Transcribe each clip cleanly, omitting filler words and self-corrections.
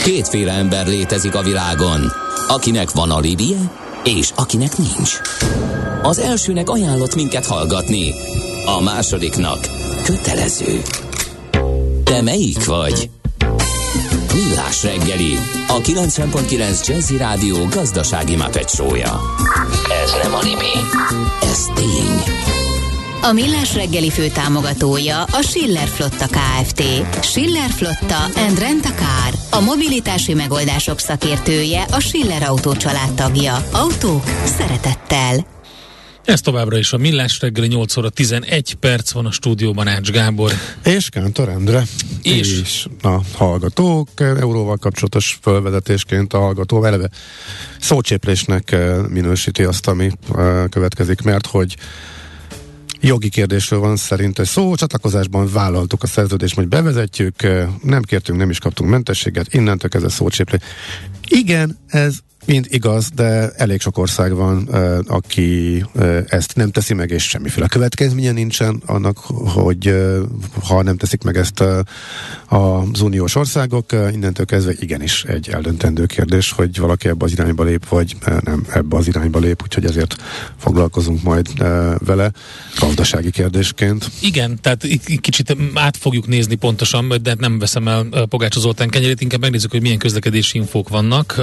Kétféle ember létezik a világon, akinek van alibije, és akinek nincs. Az elsőnek ajánlott minket hallgatni, a másodiknak kötelező. Te melyik vagy? Millás reggeli, a 90.9 Jazzy Rádió gazdasági Muppet show-ja. Ez nem anime, ez tény. A Millás reggeli főtámogatója a Schiller Flotta Kft. Schiller Flotta and Rent a Car. A mobilitási megoldások szakértője, a Schiller Autó család tagja. Autók szeretettel. Ez továbbra is a Millás reggeli, 8 óra 11 perc van a stúdióban, Ács Gábor. És Kántor Endre. És a hallgatók euróval kapcsolatos fölvezetésként a hallgató eleve szócséplésnek minősíti azt, ami következik, mert hogy jogi kérdésről van szerintem szó, csatlakozásban vállaltuk a szerződést, hogy bevezetjük, nem kértünk, nem is kaptunk mentességet, innentől kezdve szócséplés. Igen, ez mind igaz, de elég sok ország van, aki ezt nem teszi meg, és semmiféle következménye nincsen annak, hogy ha nem teszik meg ezt az uniós országok, innentől kezdve igenis egy eldöntendő kérdés, hogy valaki ebbe az irányba lép, vagy nem ebbe az irányba lép, úgyhogy ezért foglalkozunk majd vele gazdasági kérdésként. Igen, tehát kicsit át fogjuk nézni pontosan, de nem veszem el Pogácsa Zoltán kenyerét, inkább megnézzük, hogy milyen közlekedési infók vannak.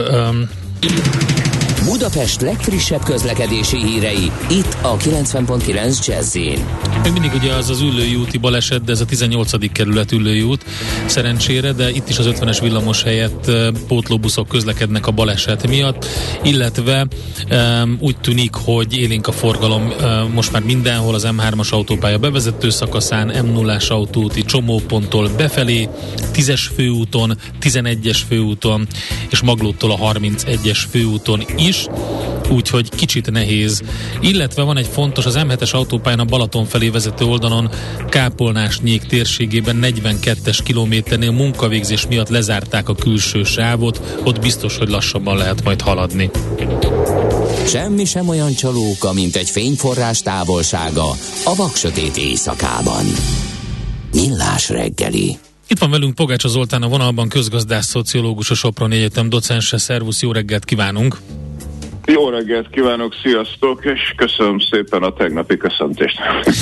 Budapest legfrissebb közlekedési hírei, itt a 90.9 Jazz-in. Még mindig ugye az Üllői úti baleset, de ez a 18. kerület Üllői út szerencsére, de itt is az 50-es villamos helyett pótlóbuszok közlekednek a baleset miatt, illetve úgy tűnik, hogy élénk a forgalom most már mindenhol, az M3-as autópálya bevezető szakaszán, M0-as autóúti csomóponttól befelé, 10-es főúton, 11-es főúton és Maglóttól a 31-es főúton is, úgyhogy kicsit nehéz. Illetve van egy fontos, az M7-es autópályán a Balaton felé vezető oldalon Kápolnás-Nyék térségében 42-es kilométernél munkavégzés miatt lezárták a külső sávot, ott biztos, hogy lassabban lehet majd haladni. Semmi sem olyan csalóka, mint egy fényforrás távolsága a vaksötét éjszakában. Millás reggeli. Itt van velünk Pogácsa Zoltán, a vonalban közgazdász, szociológus, a Soproni Egyetem docense. Szervusz, jó reggelt kívánunk! Jó reggelt kívánok, sziasztok, és köszönöm szépen a tegnapi köszöntést.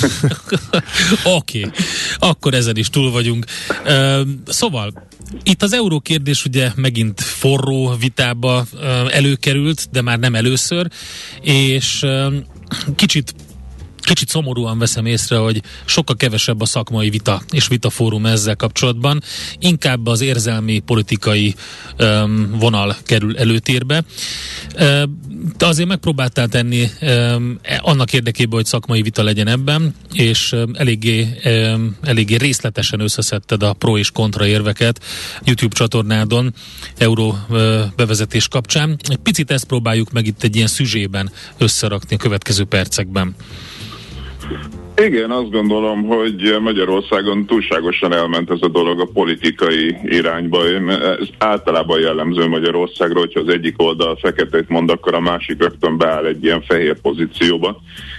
Oké, akkor ezen is túl vagyunk. Szóval, itt az euró kérdés ugye megint forró vitába előkerült, de már nem először, és kicsit szomorúan veszem észre, hogy sokkal kevesebb a szakmai vita és vitafórum ezzel kapcsolatban. Inkább az érzelmi, politikai vonal kerül előtérbe. Te azért megpróbáltál tenni annak érdekében, hogy szakmai vita legyen ebben, és eléggé részletesen összeszedted a pro és kontra érveket YouTube csatornádon euró bevezetés kapcsán. Egy picit ezt próbáljuk meg itt egy ilyen szüzsében összerakni a következő percekben. Igen, azt gondolom, hogy Magyarországon túlságosan elment ez a dolog a politikai irányba. Ez általában jellemző Magyarországra, hogyha az egyik oldal feketét mond, akkor a másik rögtön beáll egy ilyen fehér pozícióba.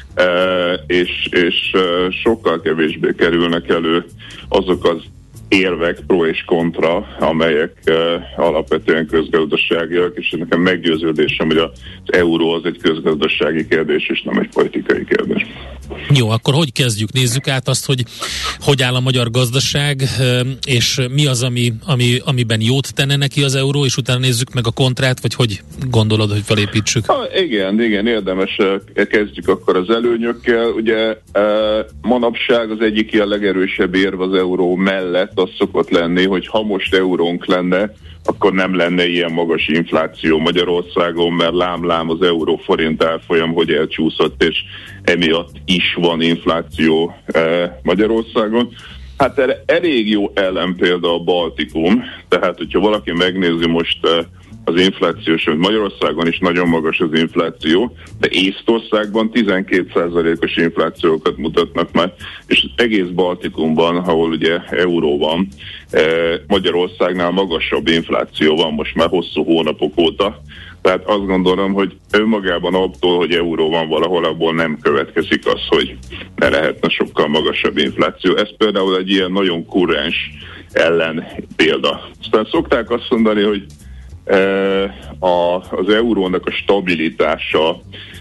És sokkal kevésbé kerülnek elő azok az érvek, pro és kontra, amelyek alapvetően közgazdaságiak, és nekem meggyőződésem, hogy az euró az egy közgazdasági kérdés, és nem egy politikai kérdés. Jó, akkor hogy kezdjük? Nézzük át azt, hogy áll a magyar gazdaság, és mi az, amiben jót tenne neki az euró, és utána nézzük meg a kontrát, vagy hogy gondolod, hogy felépítsük? Igen, érdemes. Kezdjük akkor az előnyökkel. Ugye manapság az egyik ilyen legerősebb érv az euró mellett az szokott lenni, hogy ha most eurónk lenne, akkor nem lenne ilyen magas infláció Magyarországon, mert lám az euró-forint árfolyam, hogy elcsúszott, és emiatt is van infláció Magyarországon. Hát erre elég jó ellenpélda a Baltikum, tehát hogyha valaki megnézi most az inflációs, Magyarországon is nagyon magas az infláció, de Észtországban 12%-os inflációkat mutatnak már, és egész Baltikumban, ahol ugye euró van, Magyarországnál magasabb infláció van most már hosszú hónapok óta. Tehát azt gondolom, hogy önmagában attól, hogy euró van valahol, abból nem következik az, hogy ne lehetne sokkal magasabb infláció. Ez például egy ilyen nagyon kurrens ellen példa. Aztán szokták azt mondani, hogy az eurónak a stabilitása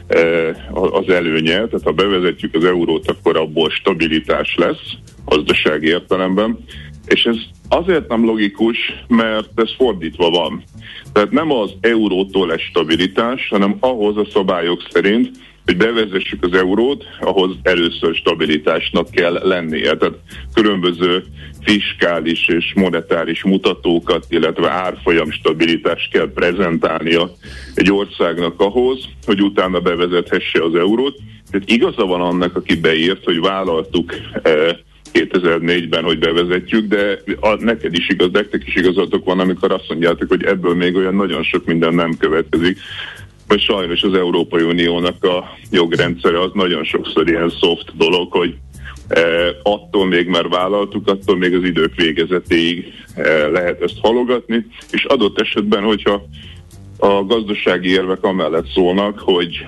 az előnye, tehát ha bevezetjük az eurót, akkor abból stabilitás lesz gazdasági értelemben, és ez azért nem logikus, mert ez fordítva van. Tehát nem az eurótól lesz stabilitás, hanem ahhoz a szabályok szerint, hogy bevezessük az eurót, ahhoz először stabilitásnak kell lennie. Tehát különböző fiskális és monetáris mutatókat, illetve árfolyam stabilitást kell prezentálnia egy országnak ahhoz, hogy utána bevezethesse az eurót. Tehát igaza van annak, aki beírt, hogy vállaltuk 2004-ben, hogy bevezetjük, de nektek is igazatok van, amikor azt mondjátok, hogy ebből még olyan nagyon sok minden nem következik. Vagy sajnos az Európai Uniónak a jogrendszere az nagyon sokszor ilyen soft dolog, hogy attól még már vállaltuk, attól még az idők végezetéig lehet ezt halogatni, és adott esetben, hogyha a gazdasági érvek amellett szólnak, hogy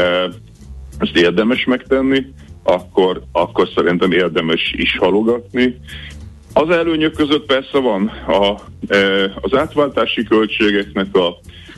ezt érdemes megtenni, akkor szerintem érdemes is halogatni. Az előnyök között persze van az átváltási költségeknek a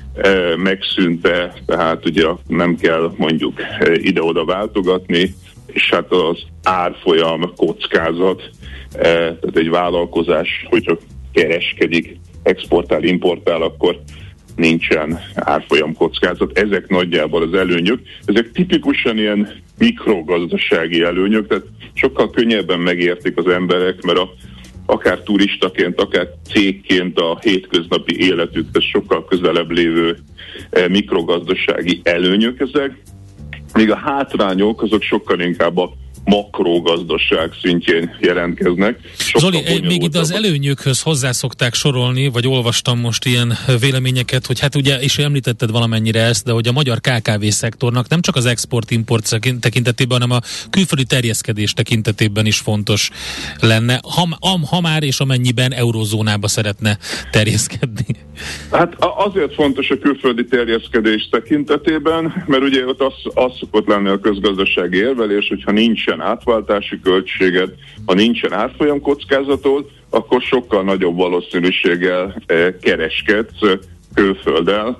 megszűnte, tehát ugye nem kell mondjuk ide-oda váltogatni, és hát az árfolyam kockázat, tehát egy vállalkozás, hogyha kereskedik, exportál, importál, akkor nincsen árfolyam kockázat. Ezek nagyjából az előnyök. Ezek tipikusan ilyen mikrogazdasági előnyök, tehát sokkal könnyebben megértik az emberek, mert akár turistaként, akár cégként a hétköznapi életükhez sokkal közelebb lévő mikrogazdasági előnyök ezek, míg a hátrányok azok sokkal inkább a makrogazdaság szintjén jelentkeznek. Zoli, még itt az előnyökhöz hozzá szokták sorolni, vagy olvastam most ilyen véleményeket, hogy hát ugye, és említetted valamennyire ezt, de hogy a magyar KKV-szektornak nem csak az export-import tekintetében, hanem a külföldi terjeszkedés tekintetében is fontos lenne, ha már és amennyiben eurozónába szeretne terjeszkedni. Hát azért fontos a külföldi terjeszkedés tekintetében, mert ugye ott az szokott lenni a közgazdasági érvelés, hogyha nincsen átváltási költséget, ha nincsen árfolyam kockázatod, akkor sokkal nagyobb valószínűséggel kereskedsz külfölddel,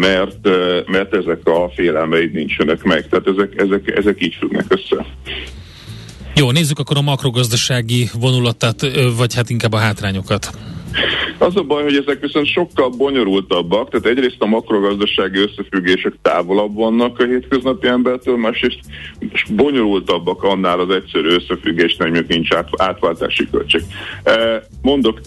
mert ezek a félelmeid nincsenek meg. Tehát ezek így függnek össze. Jó, nézzük akkor a makrogazdasági vonulatát, vagy hát inkább a hátrányokat. Az a baj, hogy ezek viszont sokkal bonyolultabbak, tehát egyrészt a makrogazdasági összefüggések távolabb vannak a hétköznapi embertől, másrészt bonyolultabbak annál az egyszerű összefüggésnek, hogy nincs átváltási költség. Mondok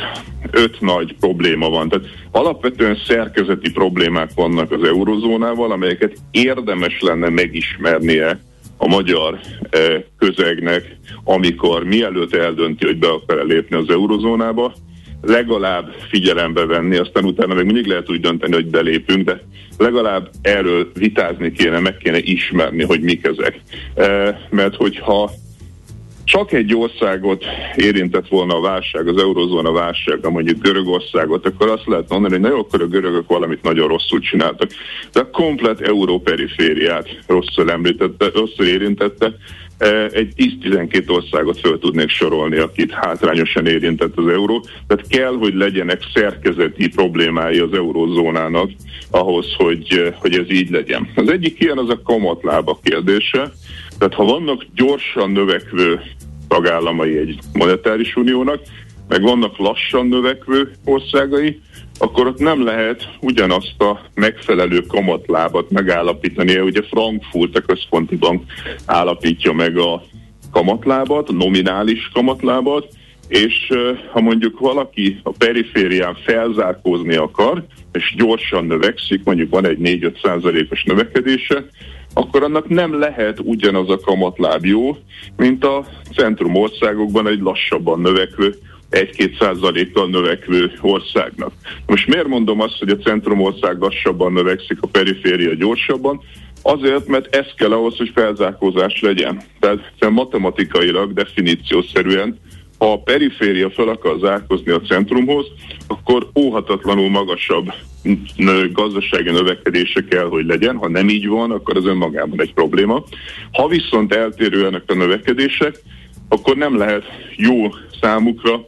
5 nagy probléma van. Tehát alapvetően szerkezeti problémák vannak az eurozónával, amelyeket érdemes lenne megismernie a magyar közegnek, amikor mielőtt eldönti, hogy be akar lépni az eurozónába, legalább figyelembe venni, aztán utána még mindig lehet úgy dönteni, hogy belépünk, de legalább erről vitázni kéne, meg kéne ismerni, hogy mik ezek. Mert hogyha csak egy országot érintett volna a válság, az eurozóna válsága, mondjuk Görögországot, akkor azt lehet mondani, hogy na jó, akkor a görögök valamit nagyon rosszul csináltak. De a komplet európerifériát rosszul érintette. Egy 10-12 országot föl tudnék sorolni, akit hátrányosan érintett az euró. Tehát kell, hogy legyenek szerkezeti problémái az eurózónának ahhoz, hogy ez így legyen. Az egyik ilyen az a kamatlábak kérdése. Tehát ha vannak gyorsan növekvő tagállamai egy monetáris uniónak, meg vannak lassan növekvő országai, akkor ott nem lehet ugyanazt a megfelelő kamatlábat megállapítani. Ugye Frankfurt, a központi bank állapítja meg a kamatlábat, a nominális kamatlábat, és ha mondjuk valaki a periférián felzárkózni akar, és gyorsan növekszik, mondjuk van egy 4-5% növekedése, akkor annak nem lehet ugyanaz a kamatláb jó, mint a centrum országokban egy lassabban növekvő, 1-2%-kal növekvő országnak. Most miért mondom azt, hogy a centrumország lassabban növekszik, a periféria gyorsabban? Azért, mert ez kell ahhoz, hogy felzárkózás legyen. Tehát matematikailag, definíciószerűen, ha a periféria fel akar zárkózni a centrumhoz, akkor óhatatlanul magasabb gazdasági növekedése kell, hogy legyen. Ha nem így van, akkor az önmagában egy probléma. Ha viszont eltérőenek a növekedések, akkor nem lehet jó számukra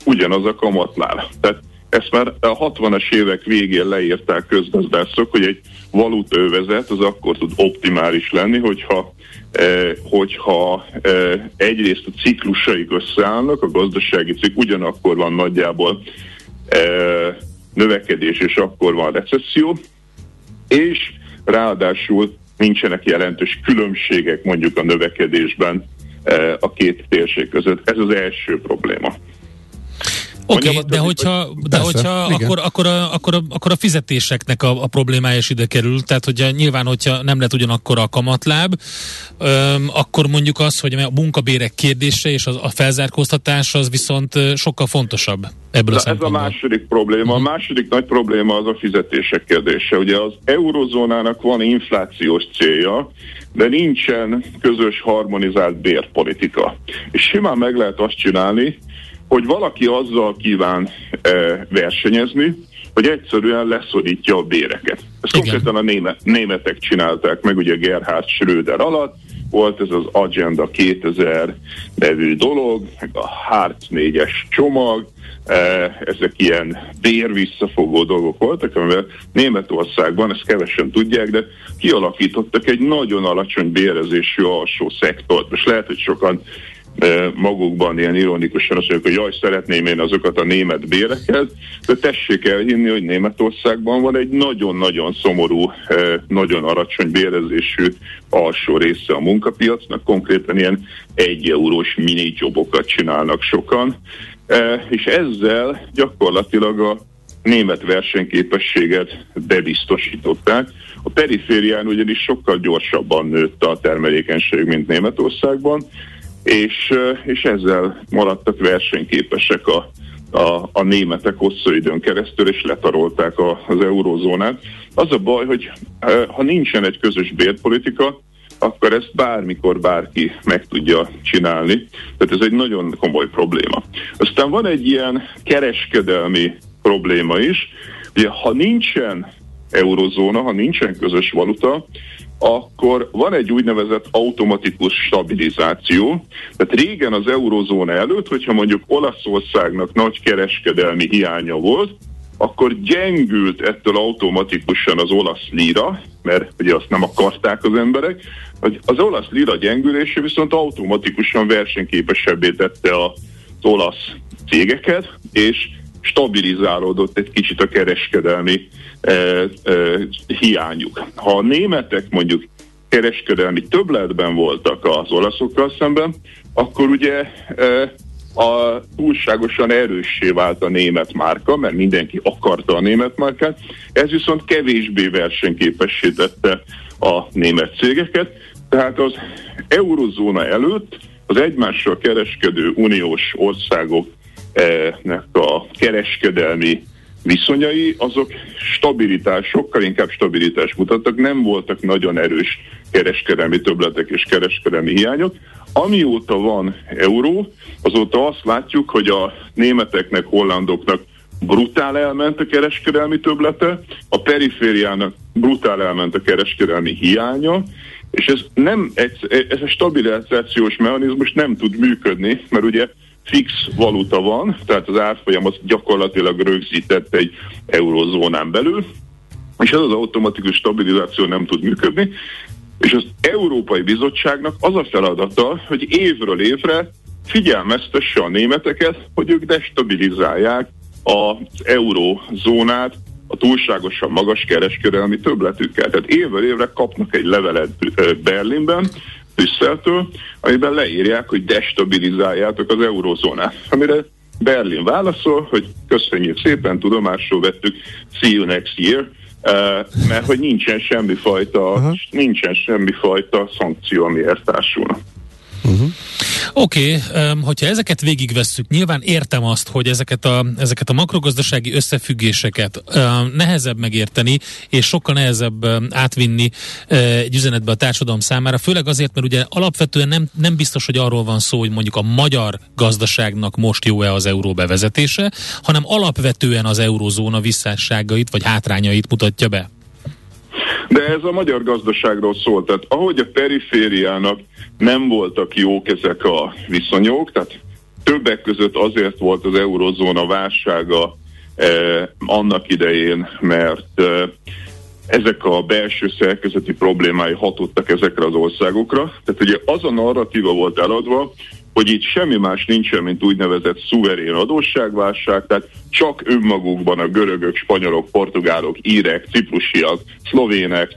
ugyanaz a kamatláb. Tehát ezt már a 60-as évek végén leírták közgazdászok, hogy egy valutaövezet az akkor tud optimális lenni, hogyha egyrészt a ciklusaik összeállnak, a gazdasági ugyanakkor van nagyjából növekedés, és akkor van recesszió, és ráadásul nincsenek jelentős különbségek mondjuk a növekedésben a két térség között. Ez az első probléma. Oké, de hogyha akkor a fizetéseknek a problémája is ide kerül, tehát nyilván, hogyha nem lett ugyanakkor a kamatláb, akkor mondjuk az, hogy a munkabérek kérdése és a felzárkóztatás az viszont sokkal fontosabb ebből a szempontból. Ez a második probléma. A második nagy probléma az a fizetések kérdése. Ugye az eurozónának van inflációs célja, de nincsen közös harmonizált bérpolitika. És simán meg lehet azt csinálni, hogy valaki azzal kíván versenyezni, hogy egyszerűen leszorítja a béreket. Ezt konkrétan a németek csinálták meg, ugye Gerhard Schröder alatt, volt ez az Agenda 2000 nevű dolog, meg a Hartz 4-es csomag, ezek ilyen bérvisszafogó dolgok voltak, amivel Németországban, ezt kevesen tudják, de kialakítottak egy nagyon alacsony bérezésű alsó szektort. Most lehet, hogy sokan magukban ilyen ironikusan azt mondjuk, hogy jaj, szeretném én azokat a német béreket, de tessék elhinni, hogy Németországban van egy nagyon-nagyon szomorú, nagyon alacsony bérezésű alsó része a munkapiacnak, konkrétan ilyen 1 eurós mini-jobokat csinálnak sokan, és ezzel gyakorlatilag a német versenyképességet bebiztosították. A periférián ugyanis sokkal gyorsabban nőtt a termelékenység, mint Németországban, és ezzel maradtak versenyképesek a németek hosszú időn keresztül, és letarolták az eurózónát. Az a baj, hogy ha nincsen egy közös bérpolitika, akkor ezt bármikor bárki meg tudja csinálni. Tehát ez egy nagyon komoly probléma. Aztán van egy ilyen kereskedelmi probléma is, ugye ha nincsen eurozóna, ha nincsen közös valuta, akkor van egy úgynevezett automatikus stabilizáció. Tehát régen az eurozóna előtt, hogyha mondjuk Olaszországnak nagy kereskedelmi hiánya volt, akkor gyengült ettől automatikusan az olasz lira, mert ugye azt nem akarták az emberek, hogy az olasz lira gyengülése viszont automatikusan versenyképesebbé tette az olasz cégeket, és stabilizálódott egy kicsit a kereskedelmi hiányuk. Ha a németek mondjuk kereskedelmi többletben voltak az olaszokkal szemben, akkor ugye túlságosan erőssé vált a német márka, mert mindenki akarta a német márkát, ez viszont kevésbé versenyképessé tette a német cégeket, tehát az eurozóna előtt az egymással kereskedő uniós országoknak a kereskedelmi viszonyai, azok sokkal inkább stabilitást mutattak, nem voltak nagyon erős kereskedelmi többletek és kereskedelmi hiányok. Amióta van euró, azóta azt látjuk, hogy a németeknek, hollandoknak brutál elment a kereskedelmi többlete, a perifériának brutál elment a kereskedelmi hiánya, és ez a stabilizációs mechanizmus nem tud működni, mert ugye fix valuta van, tehát az árfolyam az gyakorlatilag rögzített egy eurozónán belül, és ez az automatikus stabilizáció nem tud működni, és az Európai Bizottságnak az a feladata, hogy évről évre figyelmeztesse a németeket, hogy ők destabilizálják az eurózónát a túlságosan magas kereskedelmi többletükkel. Tehát évről évre kapnak egy levelet Berlinben, Brüsszeltől, amiben leírják, hogy destabilizáljátok az eurózónát. Amire Berlin válaszol, hogy köszönjük szépen, tudomásul vettük, see you next year, mert hogy nincsen semmifajta szankció, amiért társulna. Oké, hogyha ezeket végigvesszük, nyilván értem azt, hogy ezeket a makrogazdasági összefüggéseket nehezebb megérteni, és sokkal nehezebb átvinni egy üzenetbe a társadalom számára, főleg azért, mert ugye alapvetően nem biztos, hogy arról van szó, hogy mondjuk a magyar gazdaságnak most jó-e az euró bevezetése, hanem alapvetően az eurózóna visszásságait vagy hátrányait mutatja be. De ez a magyar gazdaságról szól, tehát ahogy a perifériának nem voltak jók ezek a viszonyok, tehát Többek között azért volt az eurozóna válsága annak idején, mert ezek a belső szerkezeti problémái hatottak ezekre az országokra. Tehát ugye az a narratíva volt eladva, hogy itt semmi más nincsen, mint úgynevezett szuverén adósságválság, tehát csak önmagukban a görögök, spanyolok, portugálok, írek, ciprusiak, szlovének,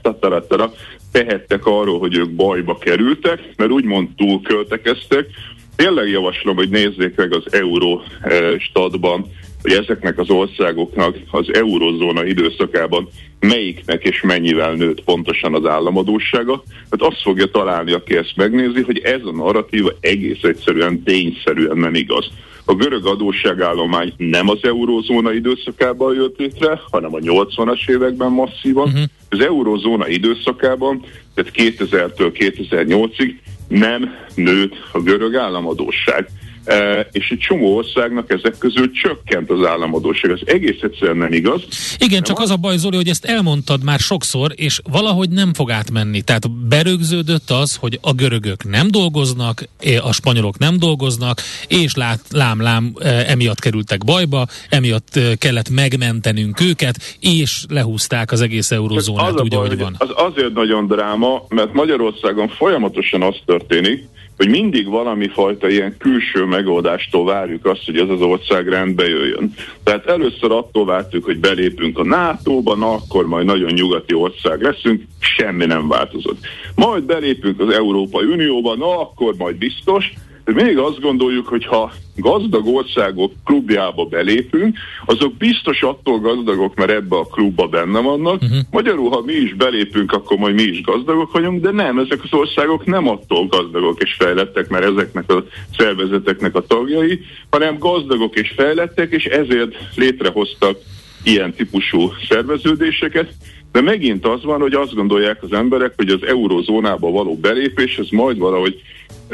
tehettek arról, hogy ők bajba kerültek, mert úgymond túlköltekeztek. Tényleg javaslom, hogy nézzék meg az Eurostatban, hogy ezeknek az országoknak az eurozóna időszakában melyiknek és mennyivel nőtt pontosan az államadóssága. Tehát azt fogja találni, aki ezt megnézi, hogy ez a narratíva egész egyszerűen tényszerűen nem igaz. A görög adósságállomány nem az eurozóna időszakában jött létre, hanem a 80-as években masszívan. Az eurozóna időszakában, tehát 2000-től 2008-ig nem nőtt a görög államadósság. És egy csomó országnak ezek közül csökkent az államadósság. Ez egész egyszerűen nem igaz. Igen, csak az a baj, Zoli, hogy ezt elmondtad már sokszor, és valahogy nem fog átmenni. Tehát berögződött az, hogy a görögök nem dolgoznak, a spanyolok nem dolgoznak, és lám, emiatt kerültek bajba, emiatt kellett megmentenünk őket, és lehúzták az egész eurozónát úgy, ahogy van. Az azért nagyon dráma, mert Magyarországon folyamatosan az történik, hogy mindig valami fajta ilyen külső megoldástól várjuk azt, hogy ez az ország rendbe jöjjön. Tehát először attól vártuk, hogy belépünk a NATO-ba, na akkor majd nagyon nyugati ország leszünk, semmi nem változott. Majd belépünk az Európai Unióba, na akkor majd biztos, de még azt gondoljuk, hogy ha gazdag országok klubjába belépünk, azok biztos attól gazdagok, mert ebbe a klubba benne vannak. Magyarul, ha mi is belépünk, akkor majd mi is gazdagok vagyunk, de nem, ezek az országok nem attól gazdagok és fejlettek, mert ezeknek a szervezeteknek a tagjai, hanem gazdagok és fejlettek, és ezért létrehoztak ilyen típusú szerveződéseket. De megint az van, hogy azt gondolják az emberek, hogy az eurozónába való belépés, ez majd valahogy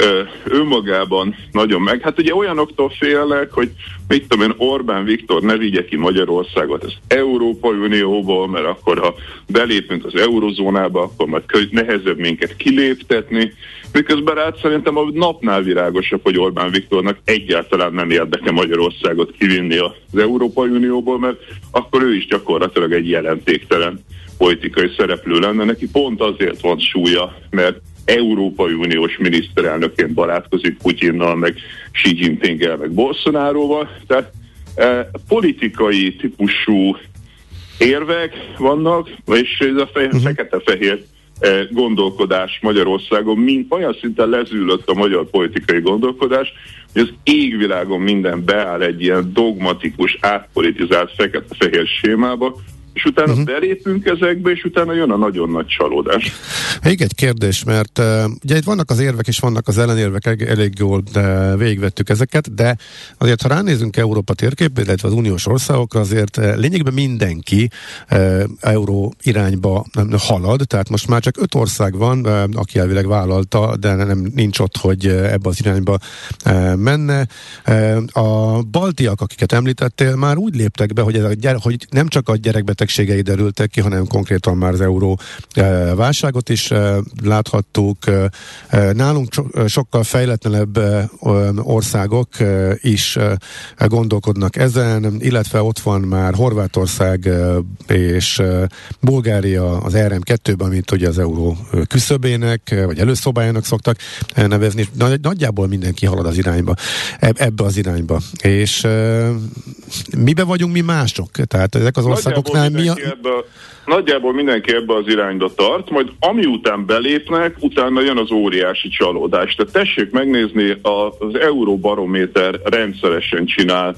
önmagában nagyon meg. Hát ugye olyanoktól félnek, hogy mit tudom én, Orbán Viktor ne vigye ki Magyarországot az Európai Unióból, mert akkor ha belépünk az eurozónába, akkor majd nehezebb minket kiléptetni. Miközben hát szerintem a napnál virágosabb, hogy Orbán Viktornak egyáltalán nem érdeke Magyarországot kivinni az Európai Unióból, mert akkor ő is gyakorlatilag egy jelentéktelen politikai szereplő lenne. Neki pont azért van súlya, mert Európai Uniós miniszterelnökként barátkozik Putyinnal, meg Xi Jinpinggel, meg Bolsonaróval. Tehát politikai típusú érvek vannak, és ez a fekete-fehér gondolkodás Magyarországon olyan szinten lezűlött a magyar politikai gondolkodás, hogy az égvilágon minden beáll egy ilyen dogmatikus, átpolitizált fekete-fehér sémába, és utána belépünk ezekbe, és utána jön a nagyon nagy csalódás. Még egy kérdés, mert ugye itt vannak az érvek és vannak az ellenérvek, elég jól végigvettük ezeket, de azért, ha ránézünk Európa térképére, illetve az uniós országokra, azért lényegben mindenki euró irányba halad, tehát most már csak 5 ország van, aki elvileg vállalta, de nincs ott, hogy ebbe az irányba menne. A baltiak, akiket említettél, már úgy léptek be, hogy nem csak a gyerekbetegségei derültek ki, hanem konkrétan már az euró válságot is láthattuk. Nálunk sokkal fejletlenebb országok is gondolkodnak ezen, illetve ott van már Horvátország és Bulgária az RM2-ben, amit ugye az euró küszöbének, vagy előszobájának szoktak nevezni. Nagyjából mindenki halad az irányba, ebbe az irányba. És mibe vagyunk mi mások? Tehát ezek az országoknál nagyjából mindenki ebbe az irányba tart, majd ami után belépnek, utána jön az óriási csalódás. Tehát tessék megnézni, az Euróbarométer rendszeresen csinál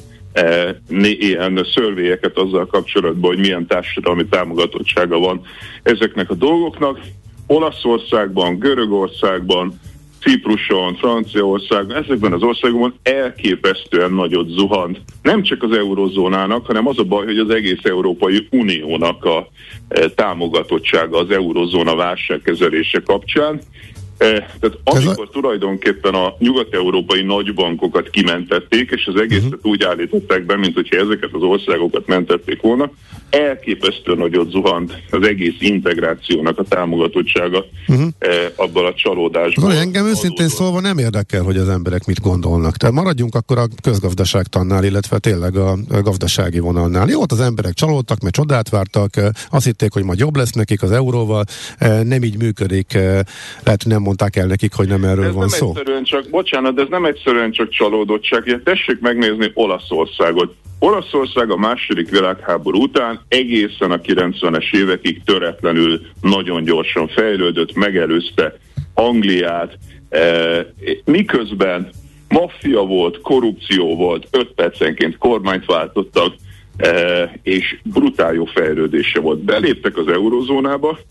ilyen szörvélyeket azzal kapcsolatban, hogy milyen társadalmi támogatottsága van ezeknek a dolgoknak. Olaszországban, Görögországban, Cipruson, Franciaországban, ezekben az országokban elképesztően nagyot zuhant. Nem csak az eurozónának, hanem az a baj, hogy az egész Európai Uniónak a támogatottsága az eurozóna válságkezelése kapcsán. Tehát amikor tulajdonképpen a nyugat-európai nagybankokat kimentették, és az egészet úgy állították be, mint hogyha ezeket az országokat mentették volna, elképesztő nagyot zuhant az egész integrációnak a támogatottsága abban a csalódásban. Engem őszintén szólva nem érdekel, hogy az emberek mit gondolnak. Tehát maradjunk akkor a közgazdaságtannál, illetve tényleg a gazdasági vonalnál. Jó, az emberek csalódtak, mert csodát vártak, azt hitték, hogy majd jobb lesz nekik az euróval, nem így működik, lehet, nem mondták el nekik, hogy nem erről van szó. Ez nem egyszerűen csak csalódottság. Ugye, tessék megnézni Olaszországot. Olaszország a második világháború után egészen a 90-es évekig töretlenül nagyon gyorsan fejlődött, megelőzte Angliát, miközben maffia volt, korrupció volt, 5 percenként kormányt váltottak, és brutál jó fejlődése volt. Beléptek az eurozónába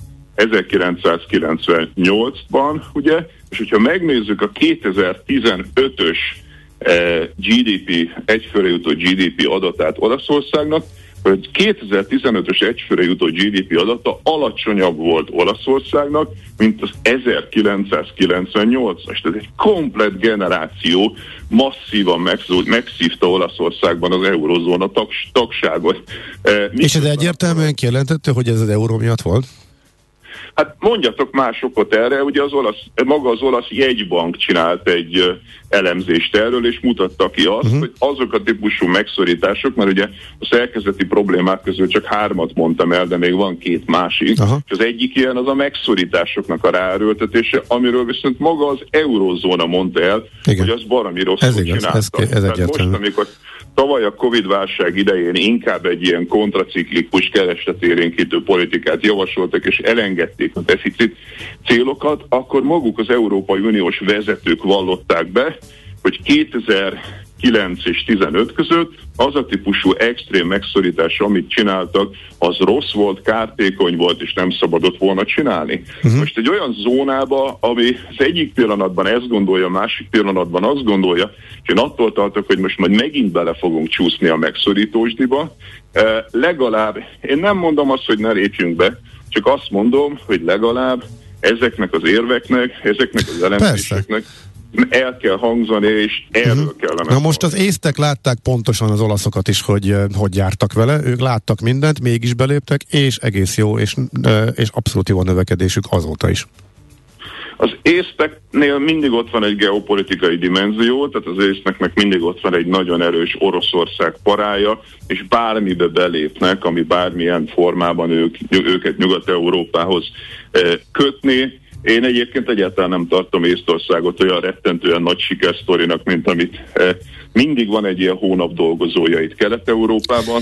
1998-ban, ugye, és hogyha megnézzük a 2015-ös GDP, egyfőre jutó GDP adatát Olaszországnak, hogy 2015-ös egyfőre jutó GDP adata alacsonyabb volt Olaszországnak, mint az 1998-as. Tehát egy komplett generáció masszívan megszívta Olaszországban az eurozóna tagságot. És ez egyértelműen kijelentette, hogy ez az euró miatt volt? Hát mondjatok más okot erre, ugye maga az olasz jegybank csinált egy elemzést erről, és mutatta ki azt, hogy azok a típusú megszorítások, mert ugye a szerkezeti problémák közül csak 3 mondtam el, de még van 2 másik, és az egyik ilyen az a megszorításoknak a ráerőltetése, amiről viszont maga az eurózóna mondta el, hogy az baromi rosszul csinálta. Most, amikor tavaly a Covid-válság idején inkább egy ilyen kontraciklikus keresletélénkítő politikát javasoltak, és elengedték a deficit célokat, akkor maguk az Európai Uniós vezetők vallották be, hogy 2009 és 15 között az a típusú extrém megszorítás, amit csináltak, az rossz volt, kártékony volt, és nem szabadott volna csinálni. Most egy olyan zónába, ami az egyik pillanatban ezt gondolja, a másik pillanatban azt gondolja, és én attól tartok, hogy most majd megint bele fogunk csúszni a megszorítósdiba, legalább, én nem mondom azt, hogy ne lépjünk be, csak azt mondom, hogy legalább ezeknek az érveknek, ezeknek az elemzéseknek el kell hangzani, és erről kellene. Na most az észtek látták pontosan az olaszokat is, hogy jártak vele, ők láttak mindent, mégis beléptek, és egész jó, és abszolút jó a növekedésük azóta is. Az észteknél mindig ott van egy geopolitikai dimenzió, tehát az észteknek mindig ott van egy nagyon erős Oroszország parája, és bármibe belépnek, ami bármilyen formában őket Nyugat-Európához kötni. Én egyébként egyáltalán nem tartom Észtországot olyan rettentően nagy sikersztorinak, mint amit mindig van egy ilyen hónap dolgozója itt Kelet-Európában.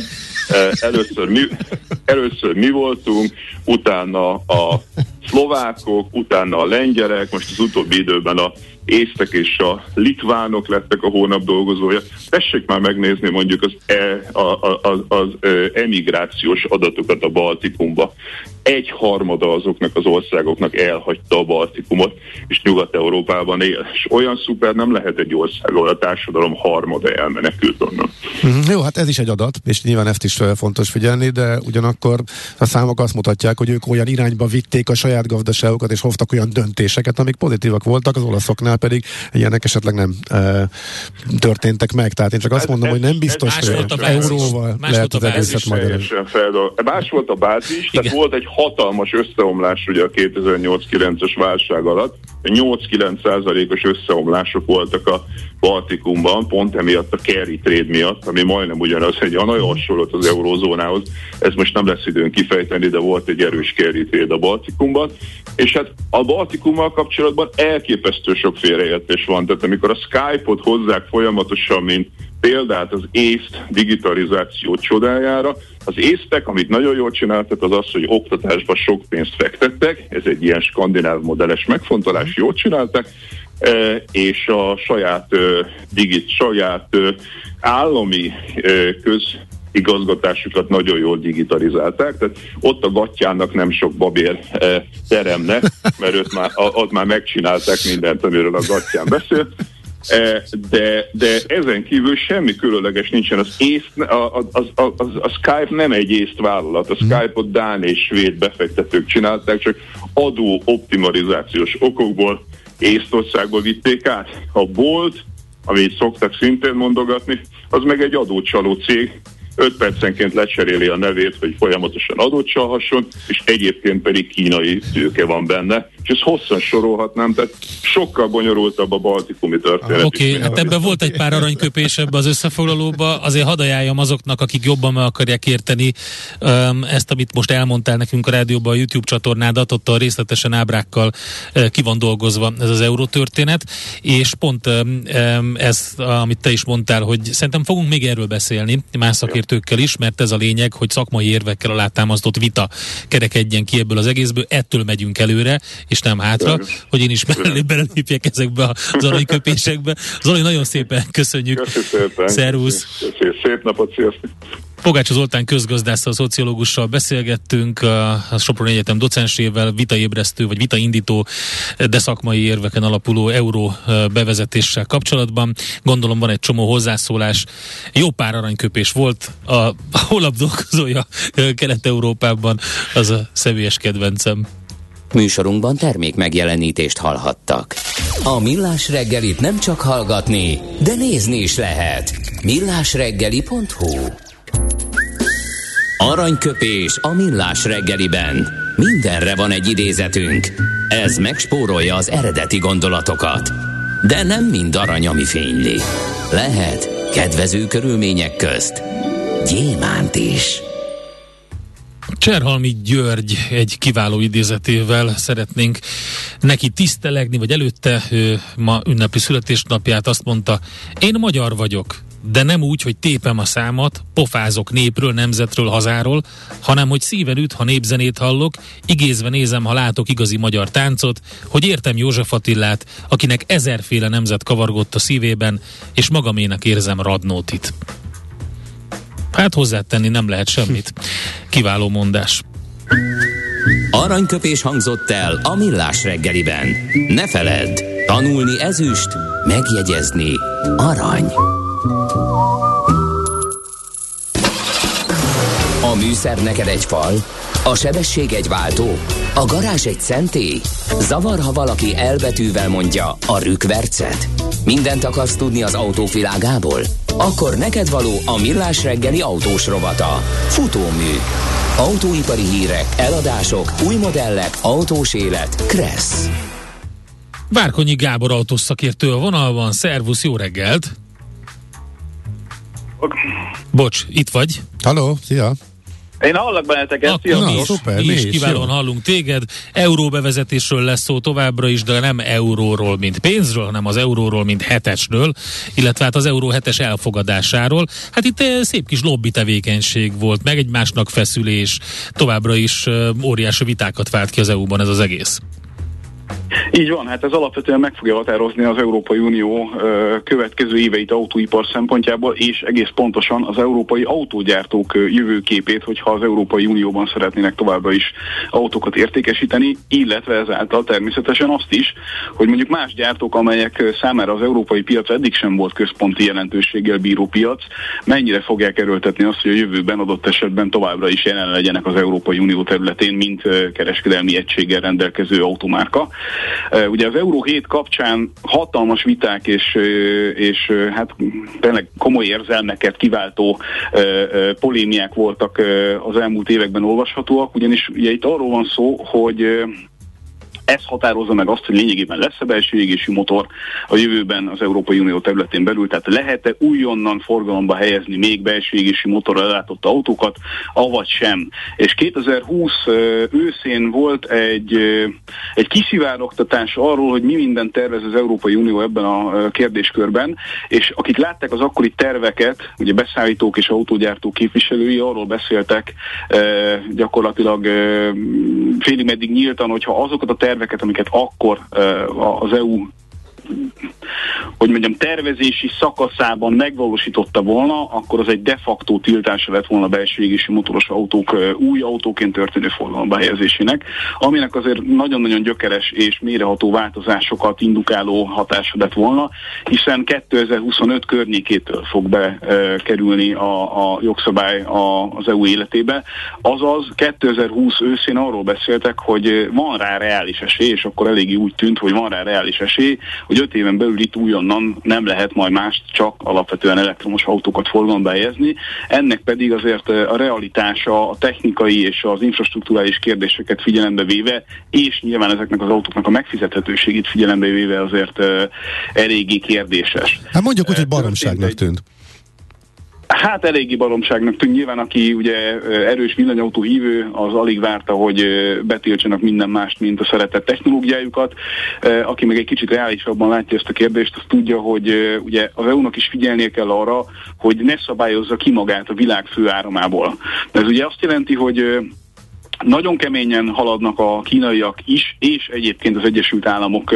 Először mi voltunk, utána a szlovákok, utána a lengyelek, most az utóbbi időben a észtek és a litvánok lettek a hónap dolgozója. Tessék már megnézni mondjuk az emigrációs adatokat a Baltikumba. 1/3 azoknak az országoknak elhagyta a Baltikumot, és Nyugat-Európában él. És olyan szuper nem lehet egy ország, ahol a társadalom 1/3 elmenekült onnan. Jó, hát ez is egy adat, és nyilván ezt is fontos figyelni, de ugyanakkor a számok azt mutatják, hogy ők olyan irányba vitték a saját gazdaságokat, és hoztak olyan döntéseket, amik pozitívak voltak, az olaszoknál pedig ilyenek esetleg nem történtek meg. Tehát én csak azt mondom, hogy nem biztos, hogy euróval lehet az egészet magyarázni. Más volt a bázis, tehát volt egy hatalmas összeomlás ugye a 2008-9-es válság alatt. 8-9%-os összeomlások voltak a Baltikumban, pont emiatt a carry trade miatt, ami majdnem ugyanaz, egy nagyon hasonló az eurózónához. Ez most nem lesz időn kifejteni, de volt egy erős carry trade a Baltikumban. És hát a Baltikummal kapcsolatban elképesztő sok félreértés van. Tehát amikor a Skype-ot hozzák folyamatosan, mint példát az észt digitalizáció csodájára, az észtek, amit nagyon jól csináltak, az az, hogy oktatásba sok pénzt fektettek, ez egy ilyen skandináv modelles megfontolás, jól csináltak, és a saját állami közigazgatásukat nagyon jól digitalizálták, tehát ott a gatyának nem sok babér teremne, mert ott már megcsinálták mindent, amiről a gatyán beszél. De ezen kívül semmi különleges nincsen. A Skype nem egy észt vállalat. A Skype-ot dán és svéd befektetők csinálták, csak adó optimalizációs okokból Észtországba vitték át. A Bolt, amit szoktak szintén mondogatni, az meg egy adócsaló cég, 5 percenként lecseréli a nevét, hogy folyamatosan adót csalhasson, és egyébként pedig kínai tőke van benne. És ezt hosszan sorolhatnám, tehát sokkal bonyolultabb a baltikumi történet. Oké, hát ebben volt egy pár aranyköpés ebbe az összefoglalóba, azért hadd ajánljam azoknak, akik jobban meg akarják érteni ezt, amit most elmondtál nekünk a rádióban, a YouTube csatornádat, ott a részletesen ábrákkal ki van dolgozva ez az eurótörténet, és pont ez, amit te is mondtál, hogy szerintem fogunk még erről beszélni, más szakértőkkel is, mert ez a lényeg, hogy szakmai érvekkel alátámasztott vita kerekedjen ki ebből az egészből, ettől megyünk előre, és nem hátra, hogy én is belelépjek ezekbe az aranyköpésekbe. Zoli, nagyon szépen köszönjük. Köszönjük szépen. Szervusz. Köszönjük. Szép napot, sziasztok. Pogács Zoltán közgazdásszal, szociológussal beszélgettünk, a Soproni Egyetem docensével, vitaébresztő vagy vitaindító, de szakmai érveken alapuló euró bevezetéssel kapcsolatban. Gondolom van egy csomó hozzászólás. Jó pár aranyköpés volt. A holnap dolgozója Kelet-Európában az a személyes kedvencem. Műsorunkban termék megjelenítést hallhattak. A Millás reggelit nem csak hallgatni, de nézni is lehet. millásreggeli.hu. Aranyköpés a Millás reggeliben. Mindenre van egy idézetünk. Ez megspórolja az eredeti gondolatokat. De nem mind arany, ami fényli. Lehet kedvező körülmények közt gyémánt is. Cserhalmi György egy kiváló idézetével szeretnénk neki tisztelegni, vagy előtte ma ünnepli születésnapját, azt mondta: én magyar vagyok, de nem úgy, hogy tépem a számat, pofázok népről, nemzetről, hazáról, hanem hogy szíven üt, ha népzenét hallok, igézve nézem, ha látok igazi magyar táncot, hogy értem József Attilát, akinek ezerféle nemzet kavargott a szívében, és magaménak érzem Radnótit. Hát hozzátenni nem lehet semmit. Kiváló mondás. Aranyköpés hangzott el a Millás reggeliben. Ne feledd, tanulni ezüst, megjegyezni arany. A műszer neked egy fal, a sebesség egy váltó, a garázs egy szentély. Zavar, ha valaki elbetűvel mondja a rükvercet. Mindent akarsz tudni az autóvilágából? Akkor neked való a Millás reggeli autós rovata. Futómű. Autóipari hírek, eladások, új modellek, autós élet. Kressz. Várkonyi Gábor autós szakértő a vonalban. Szervusz, jó reggelt! Bocs, itt vagy? Halló, szia! Én hallak benneteket, sziasztok! Mi is kiválóan hallunk téged. Euróbevezetésről lesz szó továbbra is, de nem euróról, mint pénzről, hanem az euróról, mint hetesről, illetve hát az euró hetes elfogadásáról. Hát itt szép kis lobby tevékenység volt, meg egymásnak feszülés, továbbra is óriási vitákat vált ki az EU-ban ez az egész. Így van, hát ez alapvetően meg fogja határozni az Európai Unió következő éveit autóipar szempontjából, és egész pontosan az európai autógyártók jövőképét, hogyha az Európai Unióban szeretnének továbbra is autókat értékesíteni, illetve ezáltal természetesen azt is, hogy mondjuk más gyártók, amelyek számára az európai piac eddig sem volt központi jelentőséggel bíró piac, mennyire fogják erőltetni azt, hogy a jövőben adott esetben továbbra is jelen legyenek az Európai Unió területén, mint kereskedelmi egységgel rendelkező automárka. Ugye az Euró 7 kapcsán hatalmas viták és hát tényleg komoly érzelmeket kiváltó polémiák voltak az elmúlt években olvashatóak, ugyanis ugye itt arról van szó, hogy ez határozza meg azt, hogy lényegében lesz-e belső égésű motor a jövőben az Európai Unió területén belül, tehát lehet-e újonnan forgalomba helyezni még belső égésű motorral ellátott autókat, avagy sem. És 2020 őszén volt egy kiszivárogtatás arról, hogy mi mindent tervez az Európai Unió ebben a kérdéskörben, és akik látták az akkori terveket, ugye beszállítók és autógyártók képviselői arról beszéltek gyakorlatilag félig meddig nyíltan, hogyha azokat a terveket, amiket akkor az EU hogy mondjam, tervezési szakaszában megvalósította volna, akkor az egy de facto tiltása lett volna a belső égésű motoros autók új autóként történő forgalomba helyezésének, aminek azért nagyon-nagyon gyökeres és mélyreható változásokat indukáló hatása lett volna, hiszen 2025 környékétől fog bekerülni a jogszabály az EU életébe. Azaz 2020 őszén arról beszéltek, hogy van rá reális esély, és akkor eléggé úgy tűnt, hogy van rá reális esély, hogy 5 éven belül itt újonnan nem lehet majd mást, csak alapvetően elektromos autókat forgalomba helyezni. Ennek pedig azért a realitása, a technikai és az infrastrukturális kérdéseket figyelembe véve, és nyilván ezeknek az autóknak a megfizethetőségét figyelembe véve azért eléggé kérdéses. Hát mondjuk úgy, hogy baromságnak tűnt. Hát eléggé baromságnak tűnt. Nyilván, aki ugye erős villanyautó hívő, az alig várta, hogy betiltsanak minden mást, mint a szeretett technológiájukat. Aki meg egy kicsit reálisabban látja ezt a kérdést, az tudja, hogy ugye az EU-nak is figyelnie kell arra, hogy ne szabályozza ki magát a világ főáramából. Ez ugye azt jelenti, hogy nagyon keményen haladnak a kínaiak is, és egyébként az Egyesült Államok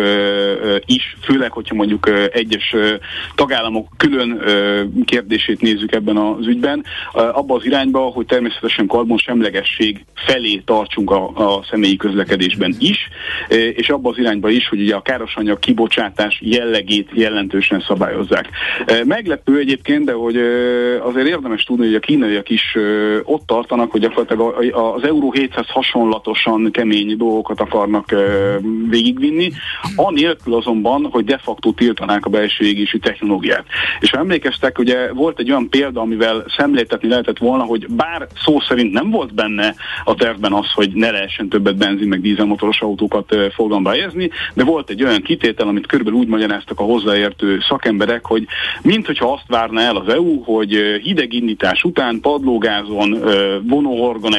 is, főleg, hogyha mondjuk egyes tagállamok külön kérdését nézzük ebben az ügyben, abba az irányba, hogy természetesen karbonsemlegesség felé tartsunk a személyi közlekedésben is, és abba az irányba is, hogy ugye a károsanyag kibocsátás jellegét jelentősen szabályozzák. Meglepő egyébként, de hogy azért érdemes tudni, hogy a kínaiak is ott tartanak, hogy gyakorlatilag az Euró 700 hasonlatosan kemény dolgokat akarnak végigvinni, anélkül azonban, hogy de facto tiltanák a belső égésű technológiát. És ha emlékeztek, ugye volt egy olyan példa, amivel szemléltetni lehetett volna, hogy bár szó szerint nem volt benne a tervben az, hogy ne lehessen többet benzin meg dízelmotoros autókat forgalomba helyezni, de volt egy olyan kitétel, amit körülbelül úgy magyaráztak a hozzáértő szakemberek, hogy minthogyha azt várna el az EU, hogy hideg indítás után padlógázon vonóhorgon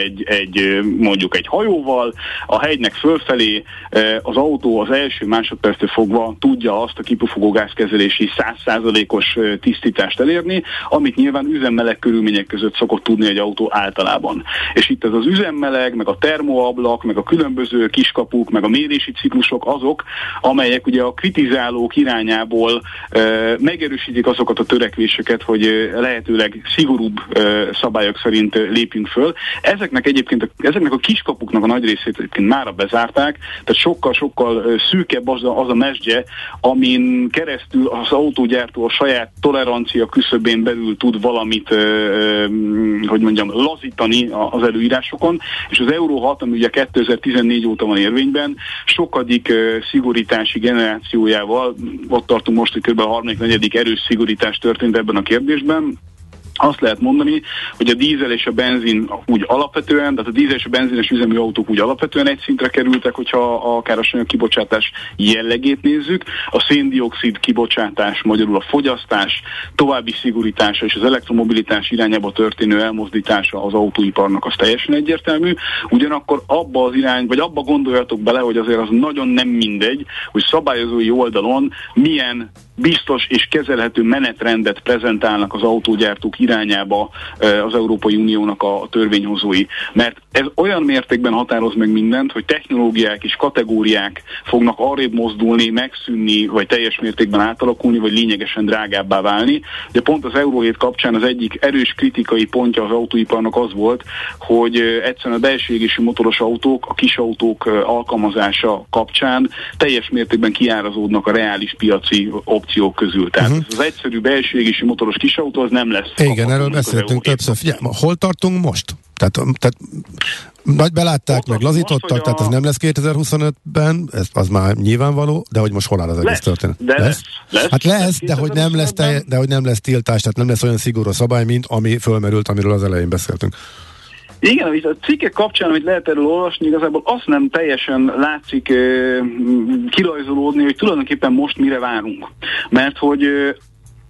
mondjuk egy hajóval, a hegynek fölfelé az autó az első másodperctől fogva tudja azt a kipufogógázkezelési 100%-os tisztítást elérni, amit nyilván üzemmeleg körülmények között szokott tudni egy autó általában. És itt ez az üzemmeleg, meg a termoablak, meg a különböző kiskapuk, meg a mérési ciklusok azok, amelyek ugye a kritizálók irányából megerősítik azokat a törekvéseket, hogy lehetőleg szigorúbb szabályok szerint lépjünk föl. Ezeknek a kiskapuknak a nagy részét egyébként mára bezárták, tehát sokkal-sokkal szűkebb az a mesdje, amin keresztül az autógyártó a saját tolerancia küszöbén belül tud valamit, lazítani az előírásokon, és az Euró 6, ami ugye 2014 óta van érvényben, sokadik szigorítási generációjával, ott tartunk most, hogy kb. A 3.-4. erős szigorítás történt ebben a kérdésben. Azt lehet mondani, hogy a dízel és a benzin úgy alapvetően, tehát a dízel és a benzines üzemű autók úgy alapvetően egy szintre kerültek, hogyha a károsanyag kibocsátás jellegét nézzük. A széndioxid kibocsátás, magyarul a fogyasztás további szigorítása és az elektromobilitás irányába történő elmozdítása az autóiparnak az teljesen egyértelmű. Ugyanakkor abba az irány, vagy abba gondoljatok bele, hogy azért az nagyon nem mindegy, hogy szabályozói oldalon milyen biztos és kezelhető menetrendet prezentálnak az autógyártók irányába az Európai Uniónak a törvényhozói. Mert ez olyan mértékben határoz meg mindent, hogy technológiák és kategóriák fognak arrébb mozdulni, megszűnni, vagy teljes mértékben átalakulni, vagy lényegesen drágábbá válni. De pont az Euró 7 kapcsán az egyik erős kritikai pontja az autóiparnak az volt, hogy egyszerűen a belső égésű motoros autók, a kisautók alkalmazása kapcsán teljes mértékben kiárazódnak a reális piaci opciók közül. Tehát az egyszerű belső égésű motoros kisautó az nem lesz. Igen, erről beszéltünk többször. Figyelj, hol tartunk most? Tehát nagy belátták, meg lazítottak, tehát ez nem lesz 2025-ben, az már nyilvánvaló, de hogy most hol áll az egész történet? Lesz. Hát lesz, de hogy nem lesz tiltás, tehát nem lesz olyan szigorú szabály, mint ami fölmerült, amiről az elején beszéltünk. Igen, a cikkek kapcsán, amit lehet erről olvasni, igazából azt nem teljesen látszik kirajzolódni, hogy tulajdonképpen most mire várunk. Mert hogy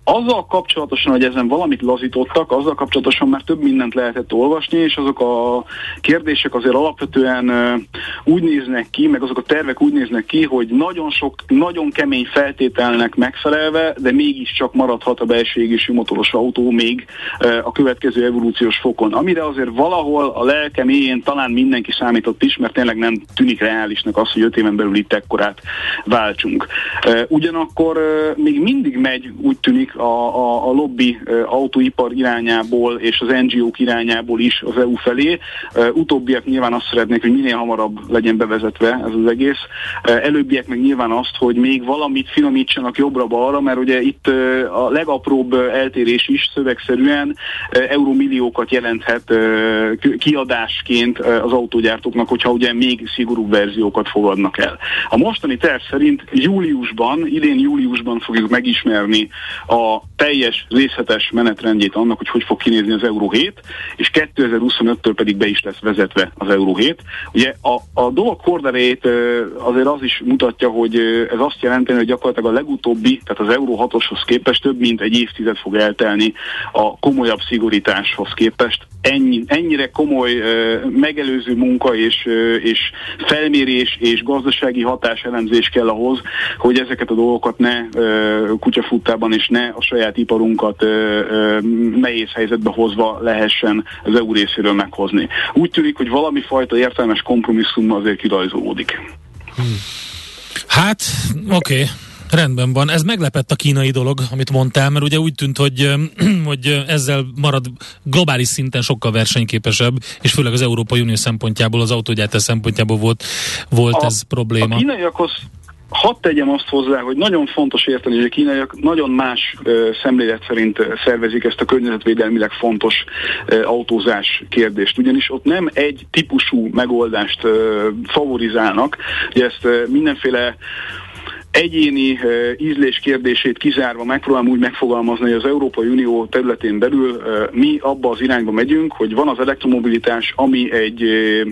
Azzal kapcsolatosan, hogy ezen valamit lazítottak, azzal kapcsolatosan már több mindent lehetett olvasni, és azok a kérdések azért alapvetően úgy néznek ki, meg azok a tervek úgy néznek ki, hogy nagyon kemény feltételnek megfelelve, de mégiscsak maradhat a belső égésű motoros autó még a következő evolúciós fokon. Amire azért valahol a lelke mélyén talán mindenki számított is, mert tényleg nem tűnik reálisnak az, hogy 5 éven belül itt ekkorát váltsunk. Ugyanakkor még mindig megy, úgy tűnik, a lobby autóipar irányából és az NGO-k irányából is az EU felé. Utóbbiak nyilván azt szeretnék, hogy minél hamarabb legyen bevezetve ez az egész. Előbbiek meg nyilván azt, hogy még valamit finomítsanak jobbra-balra, mert ugye itt a legapróbb eltérés is szövegszerűen eurómilliókat jelenthet kiadásként az autógyártóknak, hogyha ugye még szigorúbb verziókat fogadnak el. A mostani terv szerint idén júliusban fogjuk megismerni a teljes részletes menetrendjét annak, hogy fog kinézni az Euro 7, és 2025-től pedig be is lesz vezetve az Euro 7. Ugye a dolog horderejét azért az is mutatja, hogy ez azt jelenti, hogy gyakorlatilag a legutóbbi, tehát az Euro 6-oshoz képest több mint egy évtized fog eltelni a komolyabb szigorításhoz képest. Ennyire komoly megelőző munka és felmérés és gazdasági hatáselemzés kell ahhoz, hogy ezeket a dolgokat ne kutyafuttában és ne a saját iparunkat nehéz helyzetbe hozva lehessen az EU részéről meghozni. Úgy tűnik, hogy valami fajta értelmes kompromisszum azért kirajzolódik. Hát, oké. Rendben van. Ez meglepett a kínai dolog, amit mondtál, mert ugye úgy tűnt, hogy ezzel marad globális szinten sokkal versenyképesebb, és főleg az Európai Unió szempontjából, az autógyártás szempontjából volt ez probléma. A kínaiakhoz hadd tegyem azt hozzá, hogy nagyon fontos érteni, hogy a kínaiak nagyon más szemlélet szerint szervezik ezt a környezetvédelmileg fontos autózás kérdést. Ugyanis ott nem egy típusú megoldást favorizálnak, hogy ezt mindenféle egyéni ízlés kérdését kizárva megpróbálom úgy megfogalmazni, hogy az Európai Unió területén belül mi abba az irányba megyünk, hogy van az elektromobilitás, ami egy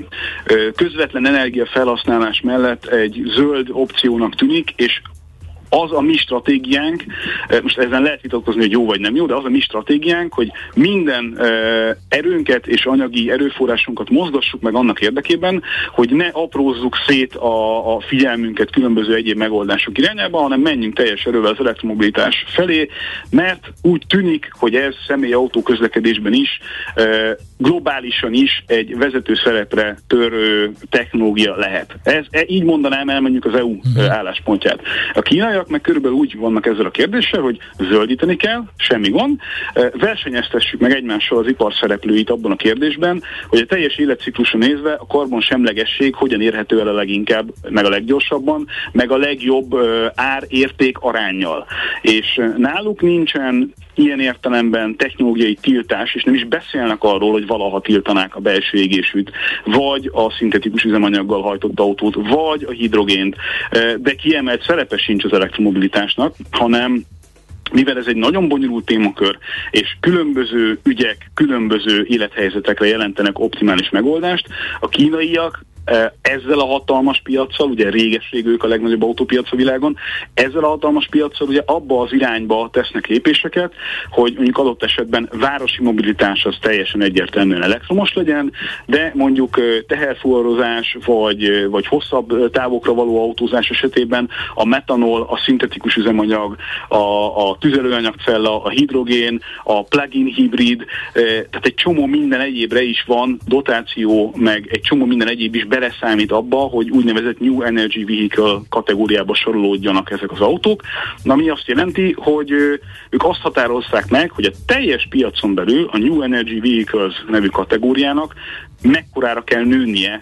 közvetlen energiafelhasználás mellett egy zöld opciónak tűnik, és az a mi stratégiánk, most ezen lehet vitatkozni, hogy jó vagy nem jó, de az a mi stratégiánk, hogy minden erőnket és anyagi erőforrásunkat mozgassuk meg annak érdekében, hogy ne aprózzuk szét a figyelmünket különböző egyéb megoldások irányába, hanem menjünk teljes erővel az elektromobilitás felé, mert úgy tűnik, hogy ez személyautó közlekedésben is globálisan is egy vezető szerepre törő technológia lehet. Így mondanám el mondjuk az EU álláspontját. A kínaiak meg körülbelül úgy vannak ezzel a kérdéssel, hogy zöldíteni kell, semmi gond, versenyeztessük meg egymással az ipar szereplőit abban a kérdésben, hogy a teljes életciklusra nézve a karbonsemlegesség hogyan érhető el a leginkább, meg a leggyorsabban, meg a legjobb ár-érték aránnyal. És náluk nincsen ilyen értelemben technológiai tiltás, és nem is beszélnek arról, hogy valaha tiltanák a belső égésűt, vagy a szintetikus üzemanyaggal hajtott autót, vagy a hidrogént, de kiemelt szerepe sincs az elektromobilitásnak, hanem mivel ez egy nagyon bonyolult témakör, és különböző ügyek, különböző élethelyzetekre jelentenek optimális megoldást, a kínaiak ezzel a hatalmas piaccal, ugye réges-rég ők a legnagyobb autópiac a világon, ezzel a hatalmas piaccal ugye abba az irányba tesznek lépéseket, hogy mondjuk adott esetben városi mobilitás az teljesen egyértelműen elektromos legyen, de mondjuk teherfuvarozás vagy hosszabb távokra való autózás esetében a metanol, a szintetikus üzemanyag, a tüzelőanyagcella, a hidrogén, a plug-in hibrid, tehát egy csomó minden egyébre is van dotáció, meg egy csomó minden egyéb is beleszámít abba, hogy úgynevezett New Energy Vehicle kategóriába sorolódjanak ezek az autók, ami azt jelenti, hogy ők azt határozták meg, hogy a teljes piacon belül a New Energy Vehicles nevű kategóriának mekkorára kell nőnie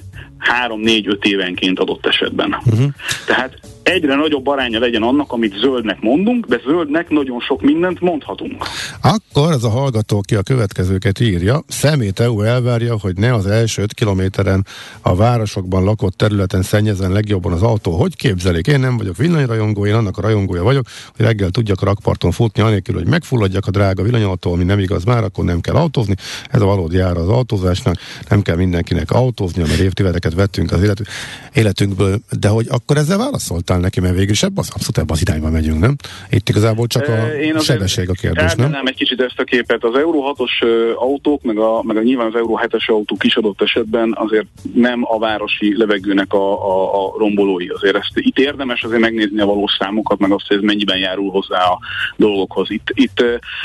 3-4-5 évenként adott esetben. Tehát egyre nagyobb aránya legyen annak, amit zöldnek mondunk, de zöldnek nagyon sok mindent mondhatunk. Akkor ez a hallgató, ki a következőket írja, Szemét EU elvárja, hogy ne az első 5 kilométeren a városokban lakott területen szennyezzen legjobban az autó. Hogy képzelik? Én nem vagyok villanyrajongó, én annak a rajongója vagyok, hogy reggel tudjak a rakparton futni, anélkül, hogy megfulladjak a drága villanyautó, ami nem igaz már, akkor nem kell autózni. Ez a valódi ára az autózásnak, nem kell mindenkinek autózni, mert évtizedeket vettünk az életünkből. De hogy akkor ezzel válaszoltál száll neki, mert végül is abszolút az irányba megyünk, nem? Itt igazából csak a sebesség a kérdés, nem? Egy kicsit ezt a képet. Az Euro 6-os autók, meg nyilván az Euro 7-es autók is adott esetben azért nem a városi levegőnek a rombolói. Azért ezt itt érdemes azért megnézni a valós számokat, meg azt, hogy ez mennyiben járul hozzá a dolgokhoz. Itt